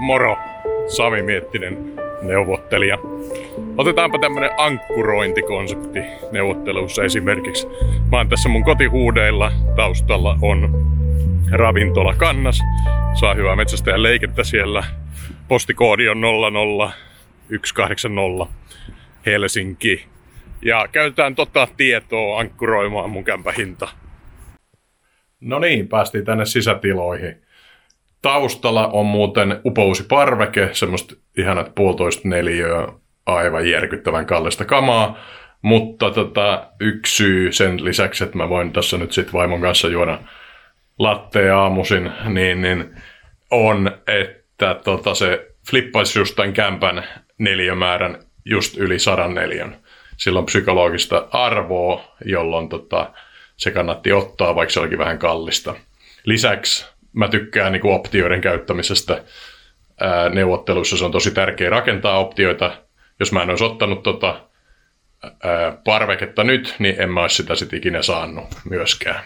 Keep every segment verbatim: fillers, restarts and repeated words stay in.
Moro, Sami Miettinen, neuvottelija. Otetaanpa tämmönen ankkurointikonsepti neuvottelussa esimerkiksi. Mä oon tässä mun kotihuudeilla, taustalla on ravintola Kannas. Saa hyvää metsästäjän leikettä siellä. Postikoodi on nolla nolla yksi kahdeksan nolla Helsinki. Ja käytetään tota tietoa ankkuroimaan mun kämpähinta. No niin, päästiin tänne sisätiloihin. Taustalla on muuten upousi parveke, semmoista ihanat puolitoista neliöä, aivan järkyttävän kallista kamaa. Mutta tota, yksi syy sen lisäksi, että mä voin tässä nyt sit vaimon kanssa juoda lattea aamuisin, niin, niin on, että tota, se flippaisi just tämän kämpän neliömäärän just yli sadan neliön. Sillä on psykologista arvoa, jolloin tota, se kannatti ottaa, vaikka se olikin vähän kallista. Lisäksi mä tykkään niin kuin optioiden käyttämisestä ää, neuvotteluissa. Se on tosi tärkeää rakentaa optioita. Jos mä en olisi ottanut tota, ää, parveketta nyt, niin en mä olisi sitä sit ikinä saanut myöskään.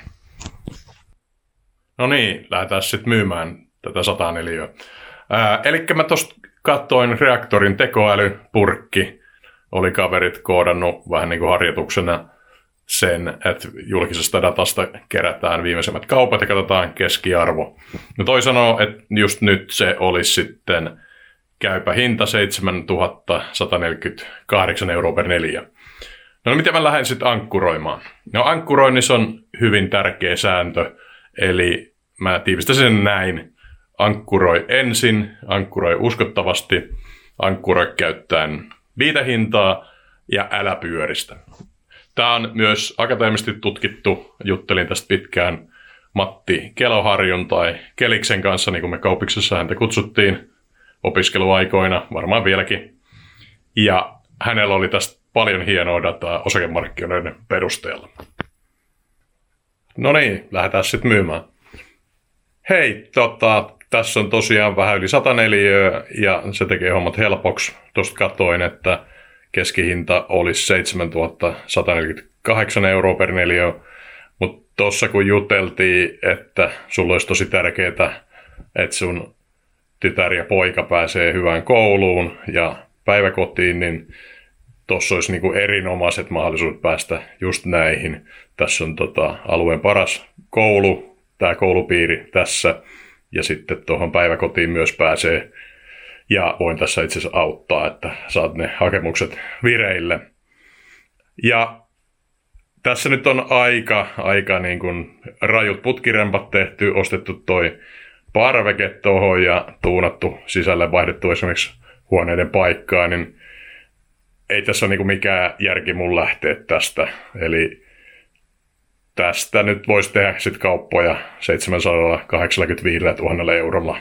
No niin, lähdetään sitten myymään tätä sata neliöä. Eli mä tosta katsoin reaktorin tekoälypurkki. Oli kaverit koodannut vähän niin kuin harjoituksena sen, että julkisesta datasta kerätään viimeisimmät kaupat ja katsotaan keskiarvo. No toi sanoo, että just nyt se olisi sitten käypä hinta seitsemäntuhatta sata neljäkymmentäkahdeksan euroa per neliö. No miten mä lähden sitten ankkuroimaan? No ankkuroinnissa on hyvin tärkeä sääntö, eli mä tiivistän sen näin. Ankkuroi ensin, ankkuroi uskottavasti, ankkuroi käyttäen viitehintaa ja älä pyöristä. Tämä on myös akateemisesti tutkittu. Juttelin tästä pitkään Matti Keloharjun tai Keliksen kanssa, niin kuin me Kaupiksessa häntä kutsuttiin opiskeluaikoina, varmaan vieläkin. Ja hänellä oli tästä paljon hienoa dataa osakemarkkinoiden perusteella. No niin, lähdetään sitten myymään. Hei, tota, tässä on tosiaan vähän yli sata neliöä ja se tekee hommat helpoksi. Tuosta katoin, että keskihinta olisi seitsemäntuhatta sata neljäkymmentäkahdeksan euroa per neliö. Mutta tuossa kun juteltiin, että sulla olisi tosi tärkeää, että sun tytär ja poika pääsee hyvään kouluun ja päiväkotiin, niin tuossa olisi niinku erinomaiset mahdollisuudet päästä just näihin. Tässä on tota alueen paras koulu, tämä koulupiiri tässä, ja sitten tuohon päiväkotiin myös pääsee. Ja voin tässä itse asiassa auttaa, että saat ne hakemukset vireille. Ja tässä nyt on aika, aika niin kuin rajut putkirempat tehty, ostettu toi parveke tuohon ja tuunattu sisälle, vaihdettu esimerkiksi huoneiden paikkaa, niin ei tässä ole niin kuin mikään järki mun lähteä tästä. Eli tästä nyt voisi tehdä sitten kauppoja seitsemänsataakahdeksankymmentäviisituhatta eurolla.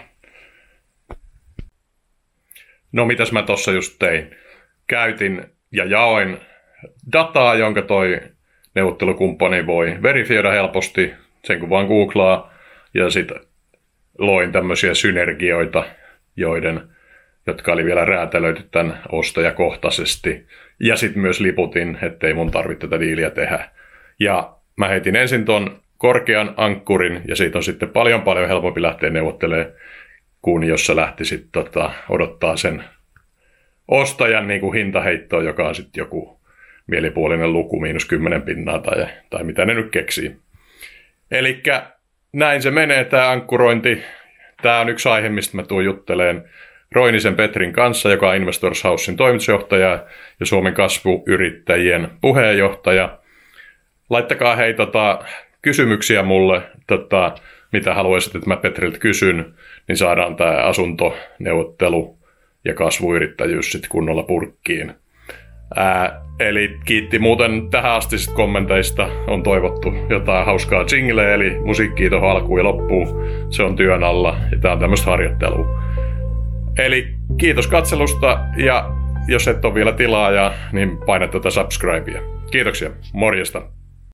No mitäs mä tossa just tein? Käytin ja jaoin dataa, jonka toi neuvottelukumppani voi verifioida helposti, sen kun vaan googlaa, ja sitten loin tämmöisiä synergioita, joiden, jotka oli vielä räätälöity tämän ostajakohtaisesti. Ja sitten myös liputin, ettei mun tarvitse tätä diiliä tehdä. Ja mä heitin ensin ton korkean ankkurin, ja siitä on sitten paljon paljon helpompi lähteä neuvottelemaan, kun jos sä lähtisit tota, odottaa sen ostajan niin kuin hintaheittoa, joka on sitten joku mielipuolinen luku, miinus kymmenen pinnaa tai, tai mitä ne nyt keksii. Elikkä näin se menee tämä ankkurointi. Tämä on yksi aihe, mistä mä tuun jutteleen Roinisen Petrin kanssa, joka on Investors Housein toimitusjohtaja ja Suomen kasvuyrittäjien puheenjohtaja. Laittakaa hei tota, kysymyksiä mulle, tota, mitä haluaisit, että mä Petriltä kysyn, niin saadaan tämä asuntoneuvottelu ja kasvuyrittäjyys sitten kunnolla purkkiin. Ää, eli kiitti muuten tähän asti kommenteista. On toivottu jotain hauskaa jingleä, eli musiikkia tuohon alkuun ja loppuun. Se on työn alla ja tämä on tämmöistä harjoittelua. Eli kiitos katselusta ja jos et ole vielä tilaaja, niin paina tätä subscribea. Kiitoksia, morjesta.